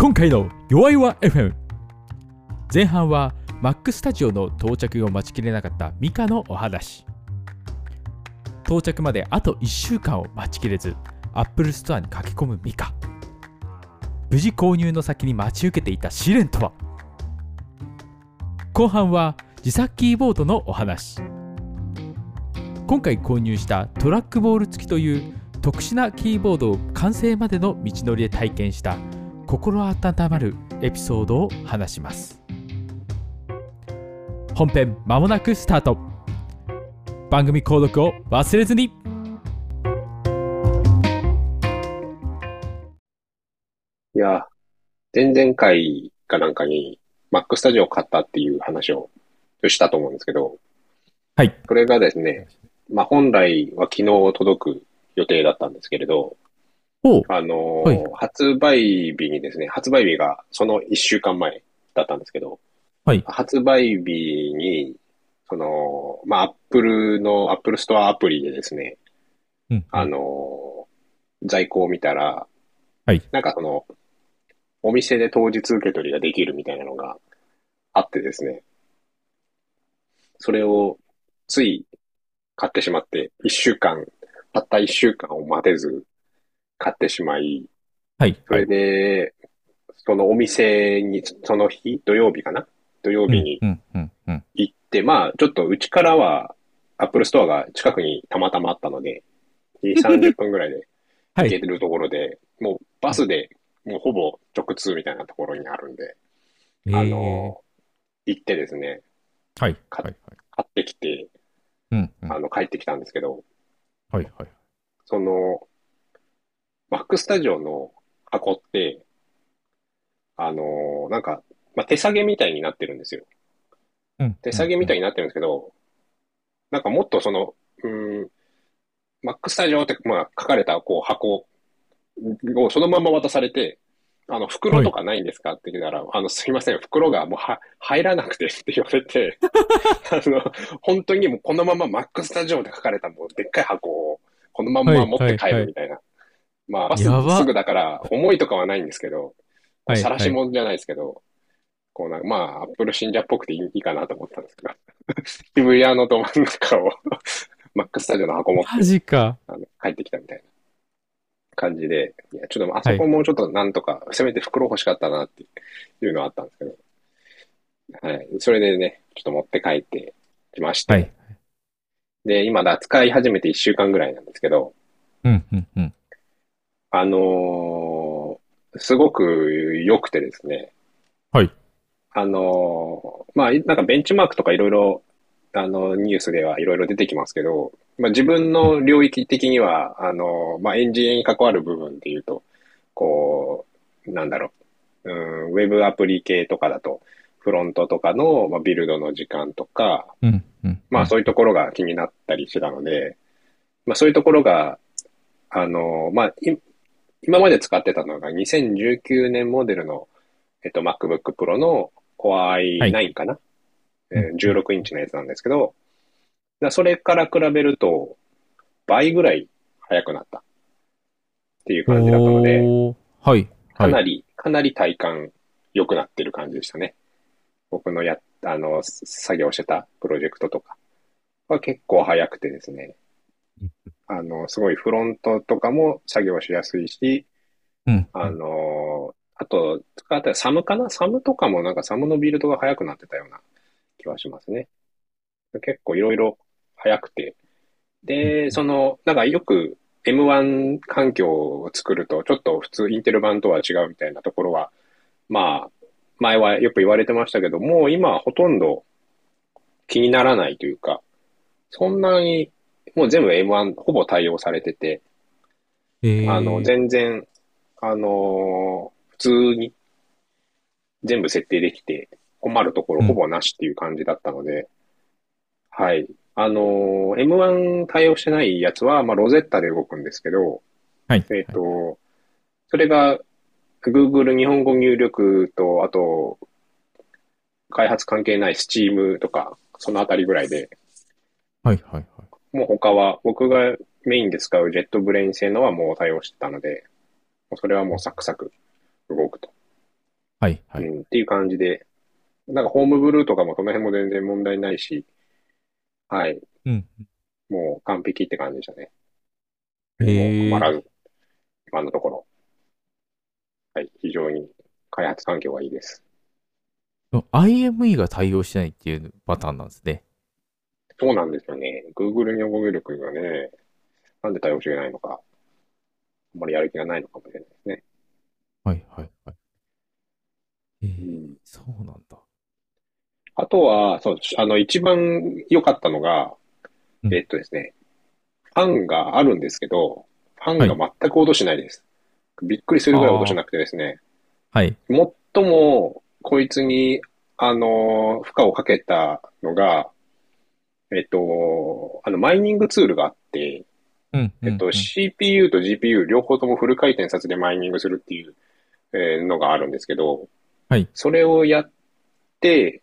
今回の弱々 FM 前半は Mac スタジオの到着を待ちきれなかったミカのお話。到着まであと1週間を待ちきれず Apple ストアに駆け込むミカ。無事購入の先に待ち受けていた試練とは。後半は自作キーボードのお話。今回購入したトラックボール付きという特殊なキーボードを完成までの道のりで体験した心温まるエピソードを話します。本編まもなくスタート。番組購読を忘れずに。 いや、前々回かなんかに Mac Studio を買ったっていう話をしたと思うんですけど、 はい。 それがですね、本来は昨日届く予定だったんですけれど、 おう。はい。 発売日にですね、発売日がその1週間前だったんですけど、 はい。 発売日に、Apple ストアアプリでですね、 うんうん。 在庫を見たら、 はい。 なんかお店で当日受け取りができるみたいなのがあってですね、それをつい買ってしまって、たった一週間を待てず買ってしまい、 はい。 それはい。 で、そのお店に、その日、土曜日かな土曜うん日にうんうんうん。 行って、ちょっとうちからは、アップルストアが近くにたまたまあったので、2、30分ぐらいではい。 行けてるところで、もうバスで、もうほぼ直通みたいなところにあるんで、あえの、行ってですね、 はい。 かはい。はい。 買ってきて、 うんうん。 帰ってきたんですけど、 はい。はい。 その、Mac スタジオの箱って、あの、なんか、手提げみたいになってるんですよ。 うん手提うんうん。 げみたいになってるんですけど、なんかもっとうーん、Mac スタジオって、書かれた箱をそのまま渡されて、袋はい。 とかないんですかって聞いたら、すいません、袋がもう入らなくてって言われて、あの、本当にもうこのまま Mac スタジオで書かれたもうでっかい箱をこのまんはい。 ま持ってはい。はい。 帰るみたいな。バスすぐやば。 だから重いとかはないんですけど、 はい。 晒はい。 し物じゃないですけど、アップル信者っぽくていいかなと思ったんですけど、渋谷のど真ん中をマックスタジオの箱持っマて、 ジか。 帰ってきたみたいな感じで、いや、ちょっとあそはい。 こもうちょっとなんとか、せめて袋欲しかったなっていうのはあったんですけど、はい。それでね、ちょっと持って帰ってきましはい。 て、で、今だ、使い始めて1週間ぐらいなんですけど、 うんうんうん。 すごく良くてですね、 はい。 なんかベンチマークとかいろいろ、ニュースではいろいろ出てきますけど、自分うん。 の領域的には、エンジニアに関わる部分で言うと、こなんだろウェブアプリ系とかだと、フロントとかの、ビルドの時間とか、 うんうんうん。 そういうところが気になったりしてたので、そういうところが、今まで使ってたのが2019年モデルの、MacBook Pro の Core はい。 i9 かな、 うんうん。 16インチのやつなんですけど、それから比べると倍ぐらい速くなったっていう感じだったので、 おー。はい。はい。 かなり体感良くなってる感じでしたね。僕の作業してたプロジェクトとかは結構速くてですね、すごいフロントとかも作業しやすいし、 うんうん。 あと、使ったサムかなサムとかもなんかサムのビルドが速くなってたような気はしますね。結構いろいろ速くて。で、 うんなんかよく M1 環境を作ると、ちょっと普通インテル版とは違うみたいなところは、まあ、前はよく言われてましたけども、今はほとんど気にならないというか、そんなに、もう全部 M1 ほぼ対応されてて、全然、普通に全部設定できて、困るところうん。 ほぼなしっていう感じだったので、はい。M1 対応してないやつは、ロゼッタで動くんですけど、 はい。 えっはい。 と、それが Google 日本語入力と、あと、開発関係ない Steam とか、そのあたりぐらいで、 はい。はい。はい。 もう他は僕がメインで使うジェットブレイン製のはもう対応してたので、それはもうサクサク動くと。 はいはい。 っていう感じで、なんかホームブルーとかもその辺も全然問題ないし、はい。 うん。 もう完璧って感じでしたね。もう困へえ。 らず、今のところ。はい。非常に開発環境がいいです。 IME が対応してないっていうパターンなんですね。 そうなんですよね。Google に語力がね、なんで対応してないのか、あんまりやる気がないのかもしれないですね。 はいはいはい。 うん。 そうなんだ。 あとは、そう、一番良かったのが、 うん。 ですね、ファンがあるんですけど、ファンがはい。 全く音しないです。びっくりするぐらい音しああ、 なくてですね、 はい。 最もこいつに、負荷をかけたのが、マイニングツールがあって、 うんうんうん。 CPU と GPU 両方ともフル回転させてマイニングするっていう、のがあるんですけど、 はい。 それをやって、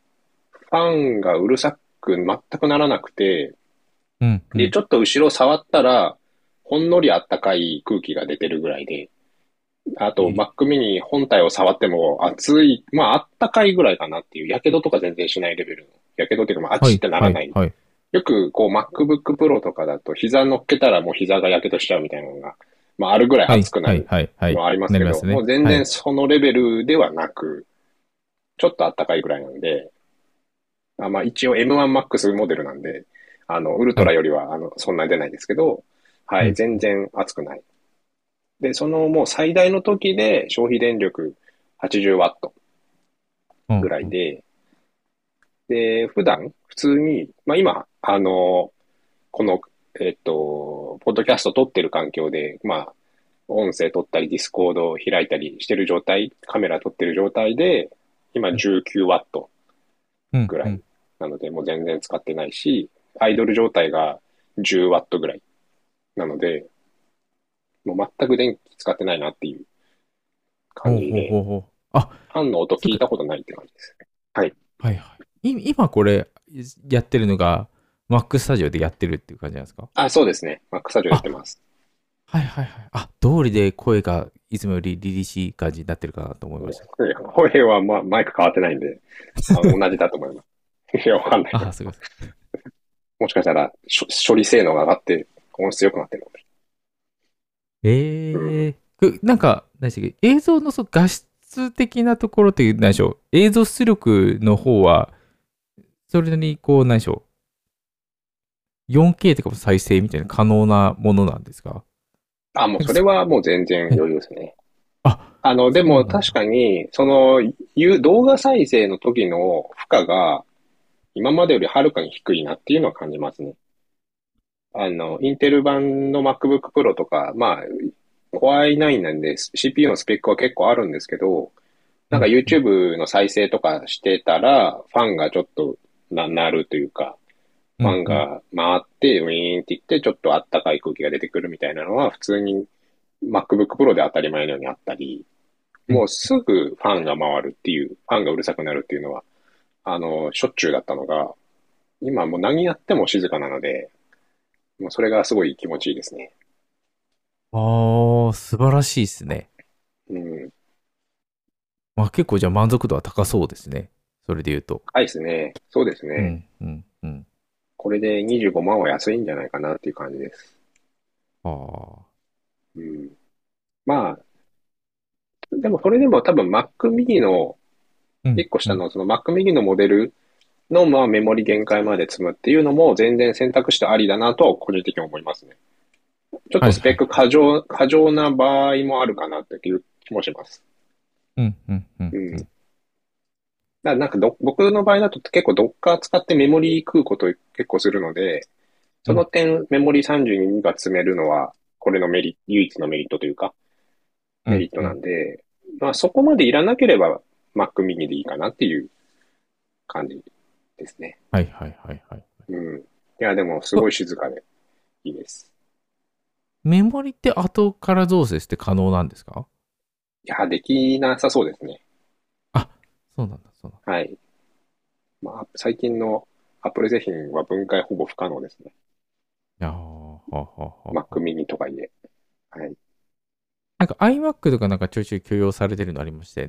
ファンがうるさく全くならなくて、で、 うんうん。 ちょっと後ろ触ったら、ほんのりあったかい空気が出てるぐらいで、あと、 え Mac mini 本体を触っても熱い、まあ、あったかいぐらいかなっていう、やけどとか全然しないレベルの。やけどっていうか、まあ、あっはいちってならない。 はいはい。 よく、こう、MacBook Pro とかだと、膝乗っけたらもう膝がやけどしちゃうみたいなのが、まあ、あるぐらいはいはい熱くなるはいはい。 のはありますけど、 なりますね。 もう全はい。 然そのレベルではなく、ちょっとあったかいぐらいなんで、まあ、一応 M1 Max モデルなんで、ウルトはい。 ラよりは、そんなに出ないですけど、はい、 うん。 全然熱くない。で、そのもう最大の時で消費電力80ワットぐうんうん。 らいで、で、普通に、まあ今、この、ポッドキャスト撮ってる環境で、まあ、音声撮ったり、ディスコードを開いたりしてる状態、カメラ撮ってる状態で、今19ワットぐらいうんうん。 なので、もう全然使ってないし、アイドル状態が10ワットぐらいなので、もう全く電気使ってないなっていう感ほうほうじで、 ほうほう。あ、 ファンの音聞いそうか。 たことないって感じですね。はい。 はいはい。今これやってるのが Mac Studio でやってるっていう感じなんですか？ あ、そうですね。マックスタジオでやってあ、 ます。 はいはいはい。あ、通りで声がいつもより凛々しい感じになってるかなと思いました。 声は、まあ、マイク変わってないんで、同じだと思います。いや、わかんないけど。 あ、すごいです。 もしかしたら、処理性能が上がって、音質良くなってるのかもしれない。うん。 なんか、何でしたっけ、映像の画質的なところっていう、何でしょう、映像出力の方は、それなりにこう、何でしょう、4K とかも再生みたいな可能なものなんですか？ あ、もうなんかそ、 それはもう全然え、 余裕ですね。 あ、 でもそうなんだ。 確かに、動画再生の時の負荷が今までよりはるかに低いなっていうのは感じますね。インテル版の MacBook Pro とか、まあ、Core i9 なんで CPU のスペックは結構あるんですけど、なんかうん、うん、 YouTube の再生とかしてたら、ファンがちょっとなるというか、ファうん、うん。 ンが回って、ウィーンって言って、ちょっとあったかい空気が出てくるみたいなのは、普通に MacBook Pro で当たり前のようにあったり、 うん。 もうすぐファンが回るっていう、ファンがうるさくなるっていうのは、しょっちゅうだったのが、今もう何やっても静かなので、もうそれがすごい気持ちいいですね。 ああ、素晴らしいですね。 うん。 まあ結構じゃあ満足度は高そうですね。それで言うと。 はいですね。そうですね。 うん、うん、うん。 これで25万は安いんじゃないかなっていう感じです。 ああ。 うん。まあ、でもそれでも多分 Mac mini のうん、うん。 一個下のその Mac mini のモデルのまあメモリ限界まで積むっていうのも全然選択肢とありだなとは個人的に思いますね。ちょっはい、はい。 とスペック過剰な場合もあるかなっていう気もします。 うん、うん、うん、 うん。 うん。 なんか僕の場合だと結構 Docker 使ってメモリ食うこと結構するので、そのうん。 点メモリ32が積めるのはこれの唯一のメリットというかうん、 メリットうん。 なんで、まあそこまでいらなければ Mac mini でいいかなっていう感じですね。 はいはいはいはい。 うん。いや、でもすあ、 ごい静かでいいです。 メモリって後から増設って可能なんですか？ いや、できなさそうですね。 あ、そうなんだ、そうなんだ。 はい。まあ、最近の Apple 製品は分解ほぼ不可能ですね。 いやー、はあ、はあ、はあ、は Mac あ。 mini とはいえ。はい。 なんか iMac とかなんかちょいちょい許容されてるのありましたよね。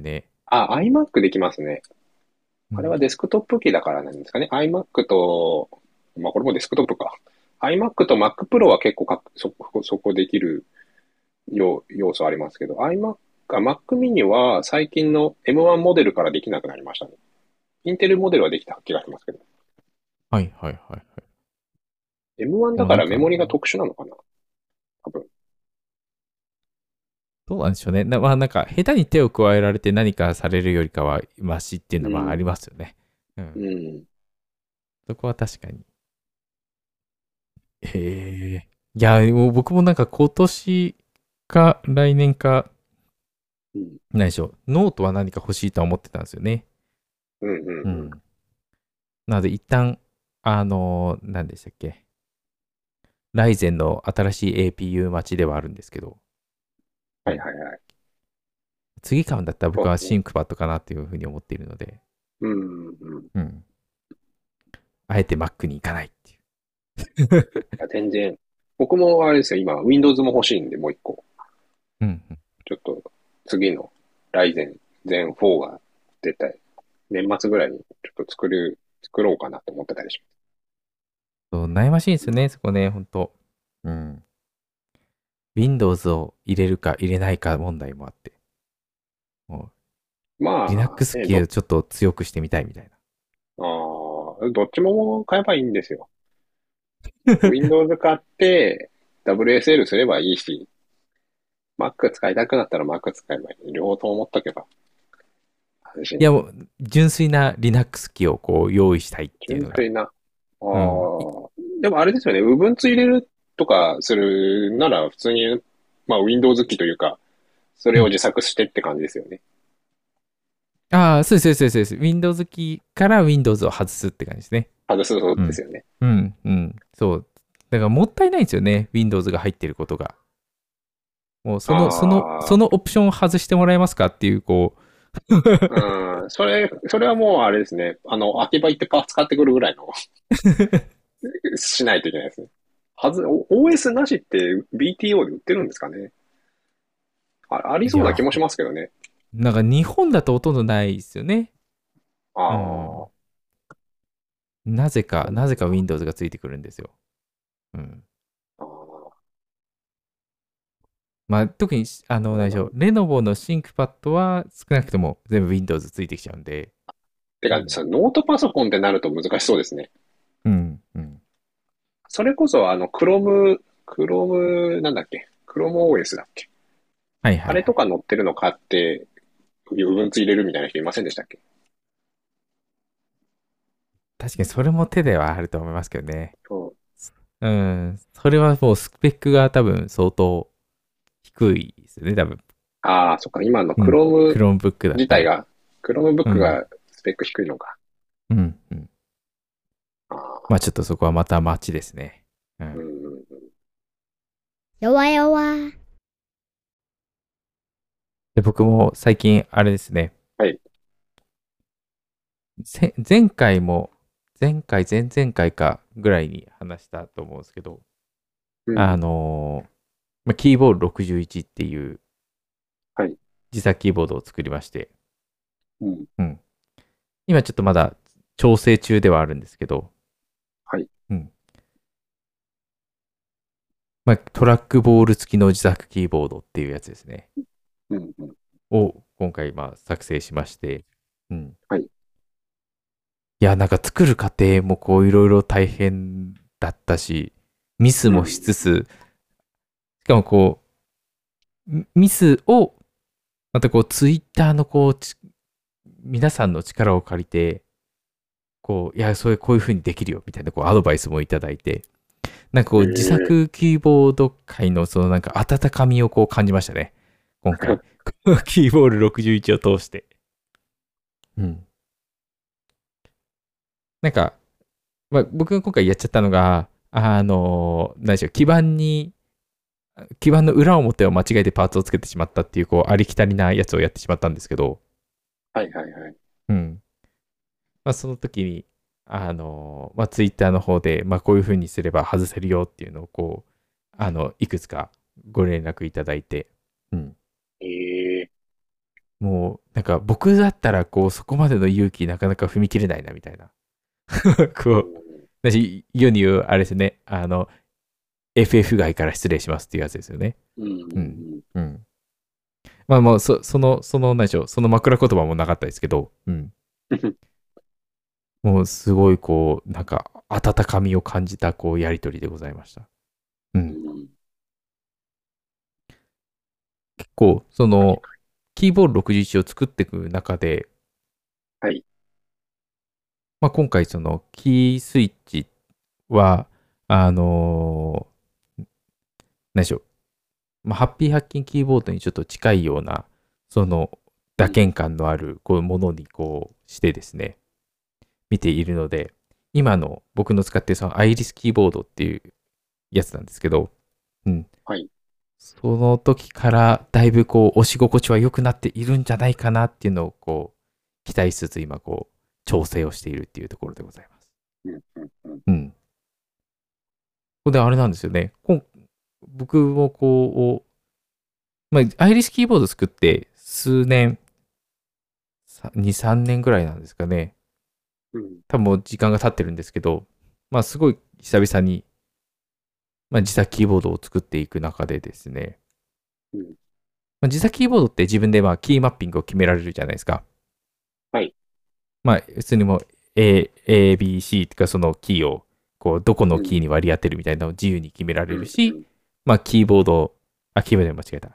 iMac できますね。あれはうん。 デスクトップ機だからなんですかね。iMac と、まあこれもデスクトップか。iMac と Mac Pro は結構そこできる要素ありますけど、Mac mini は最近の M1 モデルからできなくなりましたね。インテルモデルはできた気がしますけど。 はいはいはいはい。 M1 でもなんか、 だからメモリが特殊なのかな多分。 どうなんでしょうね。まあなんか、下手に手を加えられて何かされるよりかは、マシっていうのはまあありうん。 ますよね。ううん。 ん。 そこは確かに。へえ。いや、もう僕もなんか今年か来年か、 うん。 何でしょう。ノートは何か欲しいとは思ってたんですよね。 うん。うん。うん。 うん。なので一旦、何でしたっけ。ライゼンの新しい APU 待ちではあるんですけど、うん。 はいはいはい。 次買うんだったら僕はそうですね。 シンクパッドかなというふうに思っているので、 うん。うん。いうん。あえて Mac に行かないっていう。 や、全然。僕もあれですよ、今、Windows も欲しいんで、もう一個。 うん。 ちょっと、次の、ライゼン Zen 4が出た年末ぐらいにちょっと作ろうかなと思ってたりしそう、悩ましいんでます。 すよね、そこね、ほんと。うん。Windows を入れるか入れないか問題もあって、もうまあ、 Linux 系をちょっと強くしてみたいみたいな。 どっちも買えばいいんですよ。Windows 買って、WSL すればいいし、Mac 使いたくなったら Mac 使えばいい。両方とも持っとけば安心。 いや、もう、純粋な Linux 機をこう用意したいっていうのが。 純粋な。 うん。 でもあれですよね。Ubuntu 入れるとかするなら、普通に、まあ Windows 機というか、それをうん。 自作してって感じですよね。 ああ、そうです、そうです、そうです。Windows 機から Windows を外すって感じですね。 そううん。 ですよね。 うん、うん。そう。だからもったいないんですよね。Windows が入ってることが。もうそあのオプションを外してもらえますかっていう、こう。 うん、それはもうあれですね。秋葉行ってパーツ買ってくるぐらいのしないといけないですね。OS なしって BTO で売ってるんですかね。ありいや、 そうな気もしますけどね。 なんか日本だとほとんどないですよね。 あうあ、 ん。なぜか Windows がついてくるんですよ。うん。 ああ、 まあ、特に、何でしょう。レノボのシンクパッドは少なくとも全部 Windows ついてきちゃうんで。 てか、 うん。 ノートパソコンってなると難しそうですね。 うん。うん。 それこそ、Chrome なんだっけ ?ChromeOS だっけはいはいはい。 あれとか載ってるの買って、Ubuntu 入れるみたいな人いませんでしたっけ？ 確かにそれも手ではあると思いますけどね。 そう。 うん。それはもうスペックが多分相当低いですよね、多分。 ああ、そっか、今のうん。 Chrome Chromebook だったら。 自体が、 う Chromebook ん。 がスペック低いのか。 うん。うん。 ああ、 まあちょっとそこはまた待ちですね。ううん、 ん。 うん、 弱々。 で、僕も最近あれですね。 はい。 前回も、前々回かぐらいに話したと思うんですけど、あうん、 のまあ、キーボード61っていうはい。 自作キーボードを作りまして、 うん、 うん。今ちょっとまだ調整中ではあるんですけど、 はい。 うん。まあ、トラックボール付きの自作キーボードっていうやつですね。 うん、うん。 を今回まあ作成しまして、うん。 はい。 いや、なんか作る過程もこういろいろ大変だったし、ミスもしうん、 つつ、しかもこう、ミスを、またこうツイッターのこう、皆さんの力を借りて、こう、いや、こういう風にできるよ、みたいなこうアドバイスもいただいて、なんかこう自ええ作キーボード界のそのなんか温かみをこう感じましたね。今回。キーボード61を通して。うん。なんか、まあ、僕が今回やっちゃったのが、何でしょう、基板の裏表を間違えてパーツをつけてしまったっていう、こう、ありきたりなやつをやってしまったんですけど、 はいはいはい。 うん。まあ、その時に、まあ、ツイッターの方で、まあ、こういう風にすれば外せるよっていうのを、こう、いくつかご連絡いただいて、うん。 ええもう、なんか僕だったら、こう、そこまでの勇気なかなか踏み切れないな、みたいな。こう、だし、世に言う、あれですね、FF 外から失礼しますっていうやつですよね。うん。うん。まあもう、何でしょう、その枕言葉もなかったですけど、うん。もう、すごい、こう、なんか、温かみを感じた、こう、やりとりでございました。うん。結構、キーボード61を作っていく中で、 はい。 まあ、今回、キースイッチは、何でしょう、まあ、ハッピーハッキンキーボードにちょっと近いような、その、打鍵感のある、こういうものに、こう、してですね、見ているので、今の僕の使っているそのアイリスキーボードっていうやつなんですけど、うん。 はい。 その時からだいぶこう押し心地は良くなっているんじゃないかなっていうのをこう期待しつつ今こう調整をしているっていうところでございます。うん。これであれなんですよね。僕もこう、まあ、アイリスキーボード作って数年、2、3年ぐらいなんですかね。多分もう時間が経ってるんですけど、まあすごい久々に、まあ、自作キーボードを作っていく中でですね、まあ、自作キーボードって自分でまあキーマッピングを決められるじゃないですか。 はい。 まあ、普通にもう B、C とかそのキーを、こう、どこのキーに割り当てるみたいなのを自由に決められるし、まあ、キーボード、キーボードで間違えた。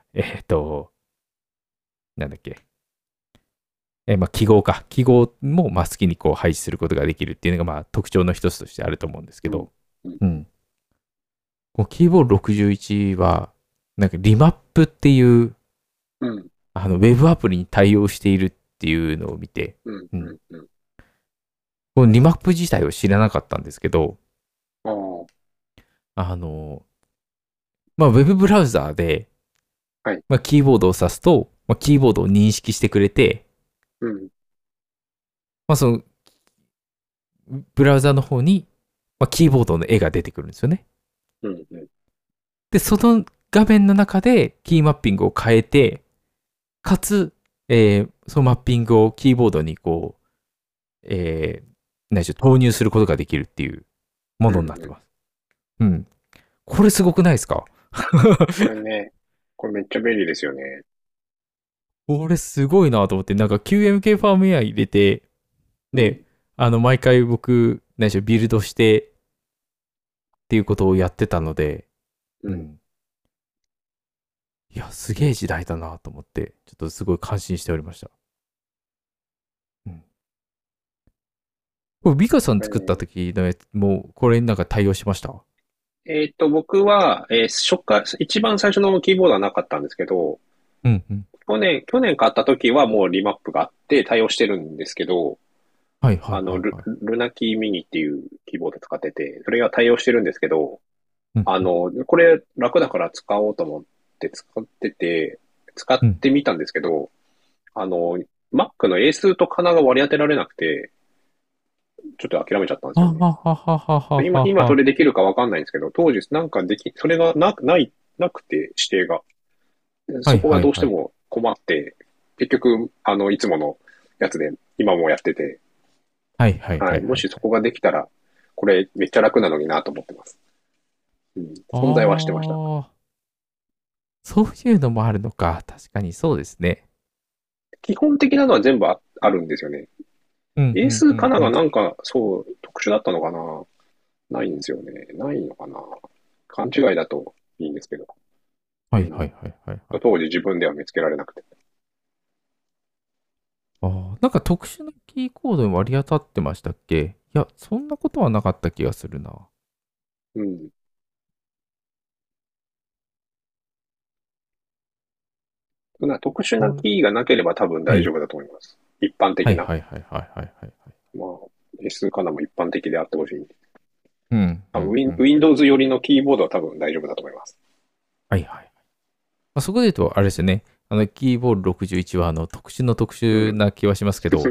なんだっけ。まあ、記号か。記号も、まあ、好きにこう配置することができるっていうのが、まあ、特徴の一つとしてあると思うんですけど、うん。このキーボード61は、なんかリマップっていう、ウェブアプリに対応しているっていうのを見て、このリマップ自体を知らなかったんですけど、まあ、ウェブブラウザーで、まあ、キーボードを指すと、まあ、キーボードを認識してくれて、まあ、その、ブラウザーの方に、まあ、キーボードの絵が出てくるんですよね。で、その画面の中でキーマッピングを変えて、かつ、そのマッピングをキーボードにこう、何でしょう、投入することができるっていうものになってます。うん。これすごくないですか？ これね、これめっちゃ便利ですよね。 これすごいなと思って、なんか QMK ファームウェア入れて、で、毎回僕、何でしょう、ビルドしてっていうことをやってたので、うん。いや、すげえ時代だなと思って、ちょっとすごい感心しておりました。うん。これ、美香さん作った時のやつ、もう、これなんか対応しました？ 僕は、一番最初のキーボードはなかったんですけど、 うんうん。 去年買った時はもうリマップがあって対応してるんですけど、 はいはいはいはい。 ルナキーミニっていうキーボード使ってて、それが対応してるんですけど、 うんうん。 これ楽だから使おうと思って使ってみたんですけど、Mac の英数とカナが割り当てられなくて、ちょっと諦めちゃったんですよね。 はははははは今そは。 れできるかわかんないんですけど、当時なんかそれがなくて指定が。 はいそこがはいはい。 どうしても困って、結局、いつものやつで今もやってて、 はいはいははい。 いはい。 もしそこができたら、これめっちゃ楽なのになと思ってます。うん。存在はしてました。 ああ、そういうのもあるのか。確かにそうですね。 基本的なのは全部あるんですよね。 うんう英んうんうん。 数かながなんか、そう、特殊だったのかな。ないんですよね。ないのかな。勘違いだといいんですけど。 はいはいうん。 はいはいはい。 当時自分では見つけられなくて。 ああ、なんか特殊なキーコードに割り当たってましたっけ？いや、そんなことはなかった気がするな。 うん。特殊なキーがなければ多分はい。 大丈夫だと思います。一般的な。 はいはいはいはいはいはいはい。 まあ、英数かなも一般的であってほしい。 うんう多分んうん。 Windows 寄りのキーボードは多分大丈夫だと思います。 はいはい。まあ、そこで言うと、あれですよね。キーボード61は、特殊の特殊うん。 な気はしますけど。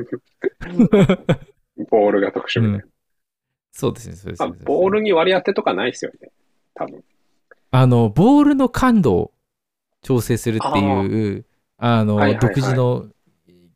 ボールが特殊うん。 みたいな。 そうですね、そうですね、そうですね。 ボールに割り当てとかないですよね。多分。 ボールの感度を調整するってああ、 いう、 はいはいはい。 独自の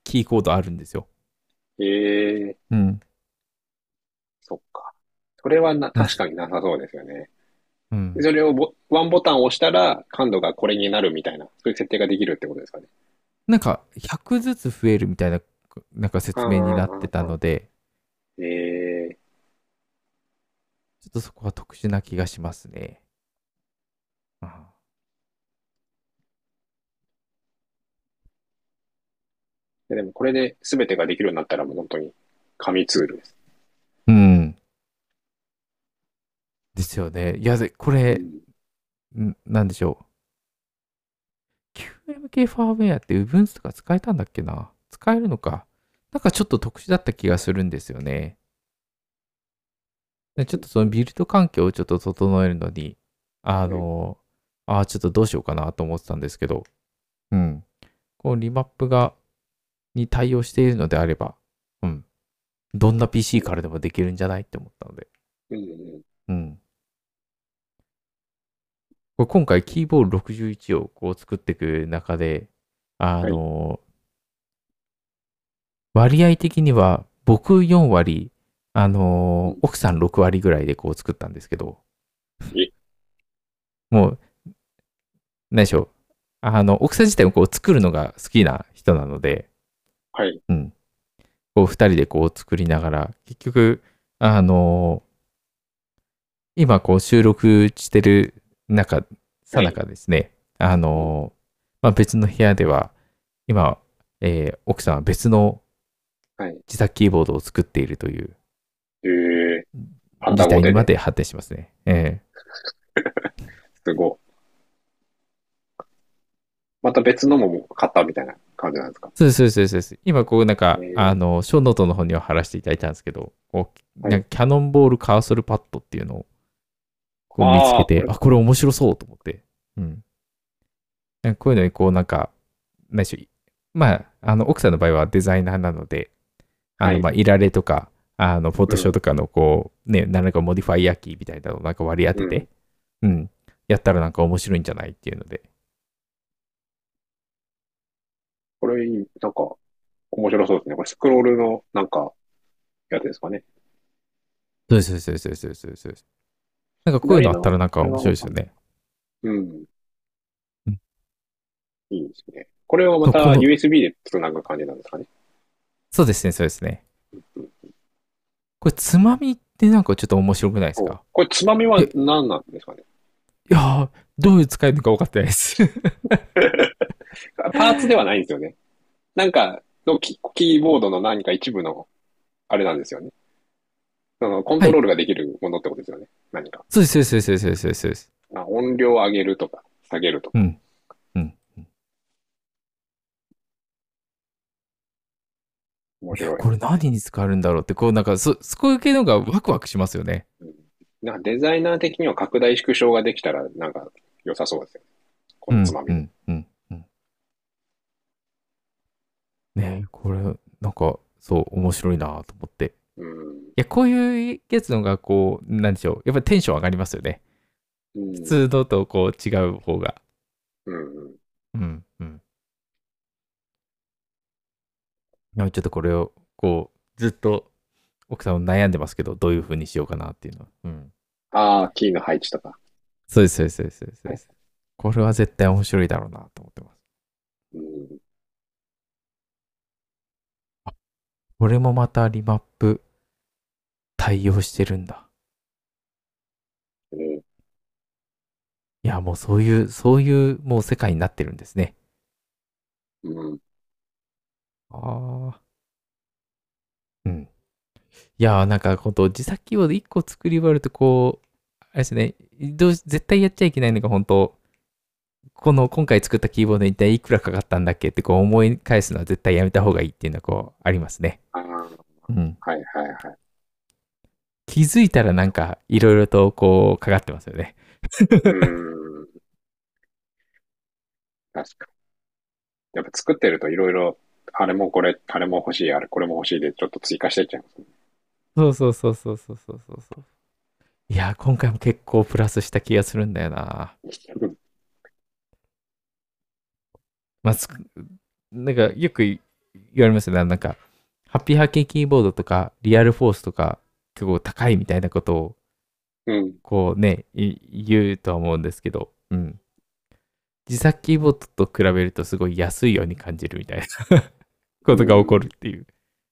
キーコードあるんですよ。 ええ、 うん。 そっか。それはなん確かになさそうですよね。 うん。 それをワンボタンを押したら感度がこれになるみたいな、そういう設定ができるってことですかね。 なんか、100ずつ増えるみたいな、なんかうん説明になってたうんうんので、 うん。ええ、 ちょっとそこは特殊な気がしますね。あでもこれで全てができるようになったらもう本当に神ツールです。 うん。ですよね。いや、これ、 うん。 なんでしょう。QMK ファーウェアって Ubuntu とか使えたんだっけな、使えるのか。なんかちょっと特殊だった気がするんですよね。でちょっとそのビルド環境をちょっと整えるのに、あうん。 の、ちょっとどうしようかなと思ってたんですけど、うん。こう、リマップに対応しているのであれば、うん。どんな PC からでもできるんじゃないって思ったので、 うん。 うん。これ今回キーボード61をこう作っていく中で、あはい。 の、割合的には僕4割、 うん。 奥さん6割ぐらいでこう作ったんですけど、 え、 もう、何でしょう。奥さん自体もこう作るのが好きな人なので、 はい。 うん。こう二人でこう作りながら、結局、あの、今こう収録してるさなはい。 かですね、 うん。 まあ、別の部屋では、今、奥さんは別のはい。 自作キーボードを作っているというええ、 事態にま旅籠でね。 で発展しますね。 すごい。また別のも買ったみたいな感じなんですか？ そうです、そうです、そうです。今、こう、なんか、 ええ、 ショーノートの方には貼らせていただいたんですけど、こう、 はい。 なんかキャノンボールカーソルパッドっていうのをこう見つああ、こけて、 れか。 これ面白そうと思って。うん。なんかこういうのに、こう、なんか、何でしょう。まあ、奥さんの場合はデザイナーなので、 はい。 まあ、いられとか、フォトうん。 ショーとかの、こう、ね、何らかモディファイアキーみたいなのをなんか割り当うん。 てて、うん。やったらなんか面白いんじゃないっていうので。 これいい、なんか、面白そうですね。これスクロールの、なんか、やつですかね。 そうです、そうです、そうです、そうです、そうです。なんかこういうのあった左の、 らなんか面これは、 白いですよね。 うん。 うん。 いいですね。これをまそう、 た USB でつなぐ感じなんですかね。 そうですね、そうですね。 うん。 これ、つまみってなんかちょっと面白くないですか？ これつまみはえ、い何なんですかね。 やー、どういう使いのか分かってないです。 パーツではないんですよね。なんか、キーボードの何か一部の、あれなんですよね。その、コンはい。 トロールができるものってことですよね。何か。 そうです、そうです、そうです、そうです、そうです。 まあ、音量を上げるとか、下げるとか。 うん、うん。いや、 面白い。 これ何に使えるんだろうって、こうなんか、そういう系のがワクワクしますよね。 うん。なんかデザイナー的には拡大縮小ができたら、なんか良さそうですよね。こうん、 のつまみで。 うん、うん、うん。ねえ、これ、なんか、そう、面白いなと思って。 うん。 いや、こういうやつのが、こう、なんでしょう。やっぱりテンション上がりますよね。普うん。 通のと、こう、違う方が。 うん。 うん、うん。いやちょっとこれを、こう、ずっと奥さんも悩んでますけど、どういう風にしようかなっていうのは。うん。 ああ、キーの配置とか。 そうです、そうです、そうです、そうです。そうはい。 です。これは絶対面白いだろうなと思ってます。 うん。 これもまたリマップ対応してるんだ。 うん。 いや、もうそういうもう世界になってるんですね。 うん。 ああ。うん。いやー、なんか本当自作キーボード1個作り終わるとこう、あれですね、絶対やっちゃいけないのが本当、今回作ったキーボードに一体いくらかかったんだっけってこう思い返すのは絶対やめた方がいいっていうのはこうありますね。 ああ、 うん。 はいはいはい。 気づいたらなんかいろいろとこうかかってますよね。 うーん。確かに。やっぱ作ってるといろいろ、あれもこれ、あれも欲しい、あれこれも欲しいで、ちょっと追加していっちゃいますね。 そうそうそうそうそうそうそうそう。いやー、今回も結構プラスした気がするんだよな。 うん。 まあ、なんかよく言われますよね。なんか、ハッピーハッキーキーボードとか、リアルフォースとか、結構高いみたいなことを、 うん。 こうね、言うとは思うんですけど、うん。自作キーボードと比べるとすごい安いように感じるみたいなことが起こるっていう。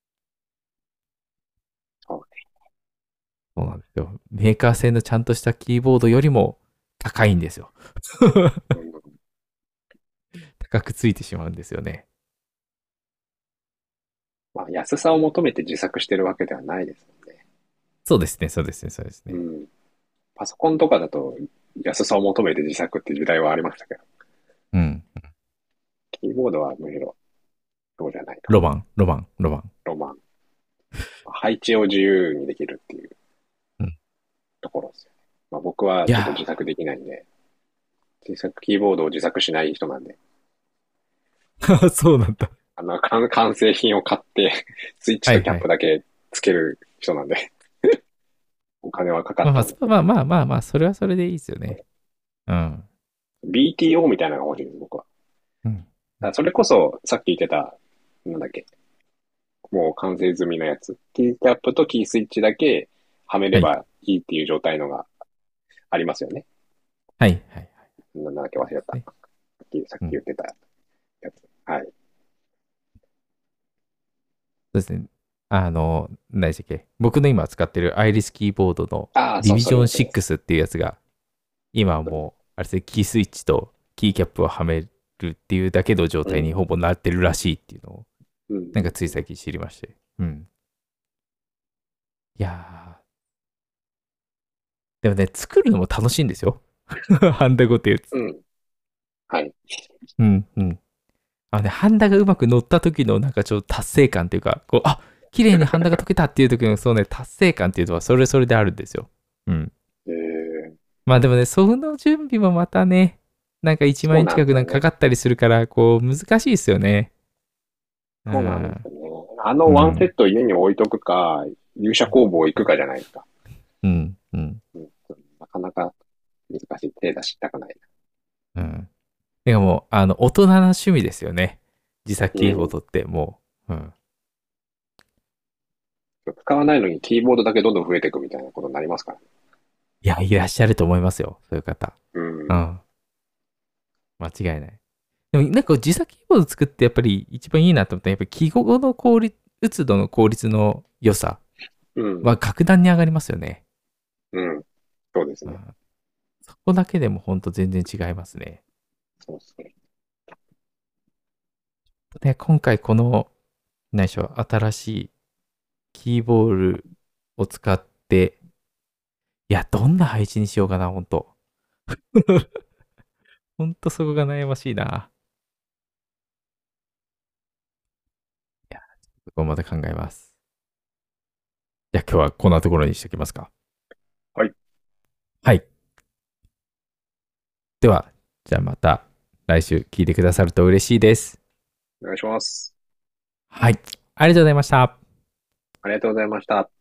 そうそうなんですよ。メーカー製のちゃんとしたキーボードよりも高いんですよ。 うん高くついてしまうんですよね。 まあ、安さを求めて自作してるわけではないですもんね。 そうですね、そうですね、そうですね。 うん。パソコンとかだと安さを求めて自作って時代はありましたけど、 うん。 キーボードはむしろそうじゃないかな。 ロマン、ロマン、ロマン。 ロマン。配置を自由にできるっていううん。 ところですよね。まあ、僕はいちょっと自や作できないんで、自作キーボードを自作しない人なんで、 ー、そうなんだ。 完成品を買って、スイッチとキャッはいはい。 プだけつける人なんで、お金はかかまあまあ、 ったんですけど、 それはそれでいいですよね。うん。 BTO みたいなのが欲しいです、僕は。 うん。 だからそれこそ、さっき言ってた、なんだっけ、もう完成済みのやつ。キーキャップとキースイッチだけはめはい。 ればいいっていう状態のがありますよね。 はい。はい。 なんだっけ忘れた。 ね。 さっうん。 き言ってたやつ。はい。 そうですね。何でしたっけ。僕の今使ってるアイリスキーボードのああ、そう、そディビジョンれです、それです。 6っていうやつが、今はもう、あれですね、キースイッチとキーキャップをはめるっていうだけの状うん。 態にほぼなってるらしいっていうのを、 うん、 なんかうん、うん。 つい最近知りまして。うん。いやでもね、作るのも楽しいんですよ。ハンダゴテいうつ。 うん。はい。 うん、うん。ハンダがうまく乗った時のなんかちょっと達成感っていうか、こう、あ、綺麗にハンダが解けたっていう時のそうね、達成感っていうのはそれそれであるんですよ。うん。まあでもね、その準備もまたね、なんか1万そう円近くなんですよね。 なんかかかったりするから、こう、難しいですよね。うそうなんですん。 よね。ワンセうん。 ット家に置いとくか、勇者工房行くかじゃないですか。 うん。うん。 うん。なかなか難しい。手出したくない。 うん。てかもう、大人な趣味ですよね。自作キーボーうん。 ドってもう。うん。 使わないのにキーボードだけどんどん増えていくみたいなことになりますからね。 いや、いらっしゃると思いますよ。そういう方。 うん。 うん。間違いない。でも、なんか自作キーボード作ってやっぱり一番いいなと思ったら、やっぱり記号の効率、打つのの効率の良さうん。 は格段に上がりますよね。 うん。そうですね。 うん。そこだけでも本当全然違いますね。 そうですね。 で、今回この、何でしょう、新しいキーボールを使って、いや、どんな配置にしようかな、本当本当そこが悩ましいな。いや、そこまで考えます。じゃあ今日はこんなところにしておきますか。 はい。 はい。では、じゃあまた来週聞いてくださると嬉しいです。 お願いします。 はい。ありがとうございました。 ありがとうございました。